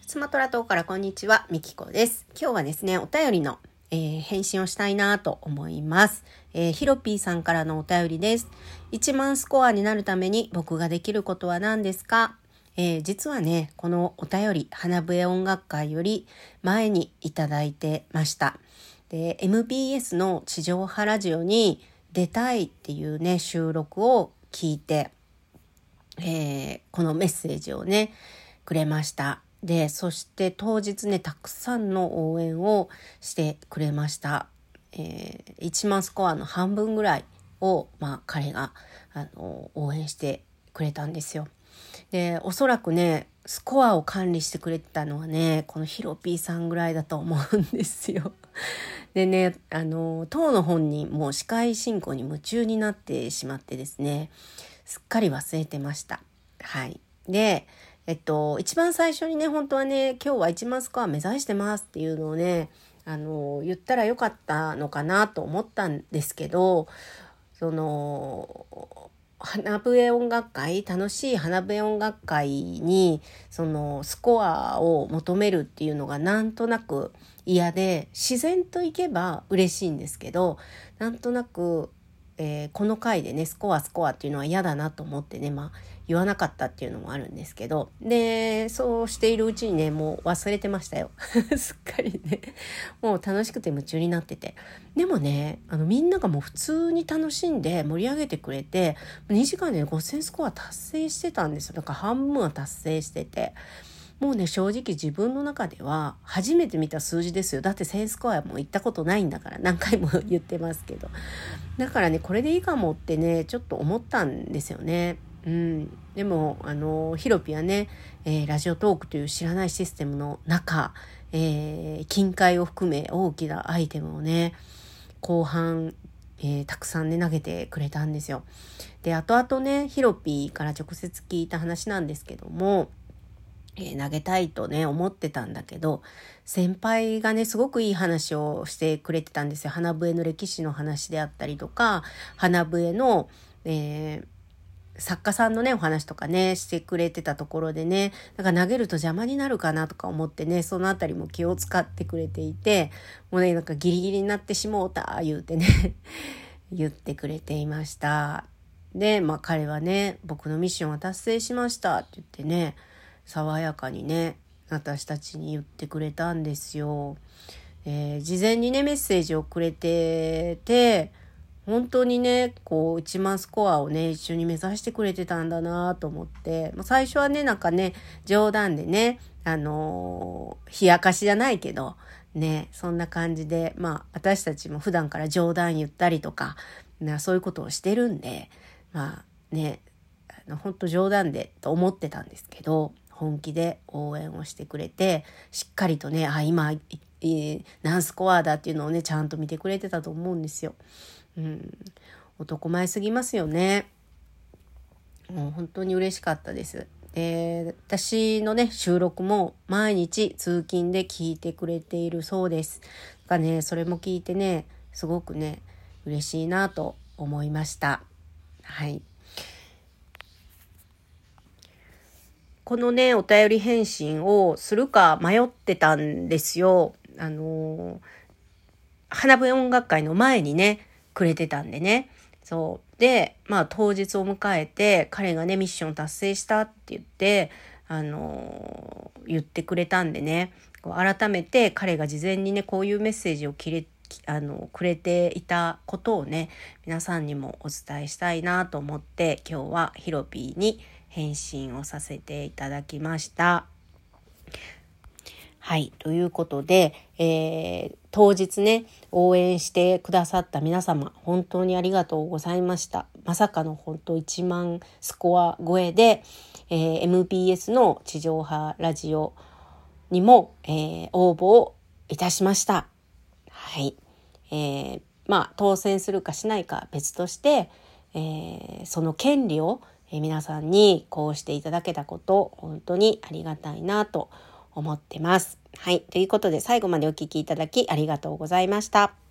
スマトラ島からこんにちは、みきこです。今日はですね、お便りの、返信をしたいなと思います。ヒロピーさんからのお便りです。1万スコアになるために僕ができることは何ですか？実はね、このお便り、花笛音楽会より前にいただいてました。で、MBS の地上波ラジオに出たいっていうね、収録を聞いて、このメッセージをね、くれました。で、そして当日ね、たくさんの応援をしてくれました。1万スコアの半分ぐらいを、彼が応援してくれたんですよ。で、おそらくね、スコアを管理してくれてたのはね、このヒロピーさんぐらいだと思うんですよ。でね、当の本人も司会進行に夢中になってしまってですね、すっかり忘れてました。はい。で、一番最初にね、本当はね、今日は1万スコア目指してますっていうのをね、言ったらよかったのかなと思ったんですけど、花笛音楽会、楽しい花笛音楽会に、スコアを求めるっていうのがなんとなく嫌で、自然といけば嬉しいんですけど、なんとなく、この回でね、スコアっていうのは嫌だなと思ってね、言わなかったっていうのもあるんですけど、で、そうしているうちにね、もう忘れてましたよ。すっかりね、もう楽しくて夢中になってて。でもね、みんながもう普通に楽しんで盛り上げてくれて、2時間で5000スコア達成してたんですよ。だから半分は達成してて。もうね、正直自分の中では初めて見た数字ですよ。だって1000スコアも行ったことないんだから、何回も言ってますけど。だからね、これでいいかもってね、ちょっと思ったんですよね。でもヒロピはね、ラジオトークという知らないシステムの中、金塊を含め大きなアイテムをね、後半、たくさんね投げてくれたんですよ。で、後々ね、ヒロピから直接聞いた話なんですけども、投げたいとね思ってたんだけど、先輩がねすごくいい話をしてくれてたんですよ。花笛の歴史の話であったりとか、花笛の、作家さんのねお話とかねしてくれてたところでね、だから投げると邪魔になるかなとか思ってね、そのあたりも気を使ってくれていて、もうねなんかギリギリになってしもうた言うてね言ってくれていました。で、彼はね、僕のミッションは達成しましたって言ってね、爽やかにね私たちに言ってくれたんですよ。事前にねメッセージをくれてて、本当にねこう1万スコアをね一緒に目指してくれてたんだなと思って、最初はねなんかね冗談でね冷やかしじゃないけどね、そんな感じで私たちも普段から冗談言ったりとかそういうことをしてるんで、本当冗談でと思ってたんですけど、本気で応援をしてくれて、しっかりとね今何スコアだっていうのをねちゃんと見てくれてたと思うんですよ。男前すぎますよね。もう本当に嬉しかったです。で、私のね収録も毎日通勤で聞いてくれているそうです。だからねそれも聞いてねすごくね嬉しいなと思いました。はい。このねお便り返信をするか迷ってたんですよ。花笛音楽会の前にねくれてたんでね。そうで当日を迎えて彼がねミッション達成したって言って言ってくれたんでね、改めて彼が事前にねこういうメッセージをくれていたことをね皆さんにもお伝えしたいなと思って、今日はヒロピーに返信をさせていただきました。はい、ということで、当日ね応援してくださった皆様本当にありがとうございました。まさかの本当1万スコア超えで、MBS の地上波ラジオにも、応募をいたしました。はい、当選するかしないか別として、その権利を、皆さんにこうしていただけたこと本当にありがたいなと思ってます。はい。ということで最後までお聞きいただきありがとうございました。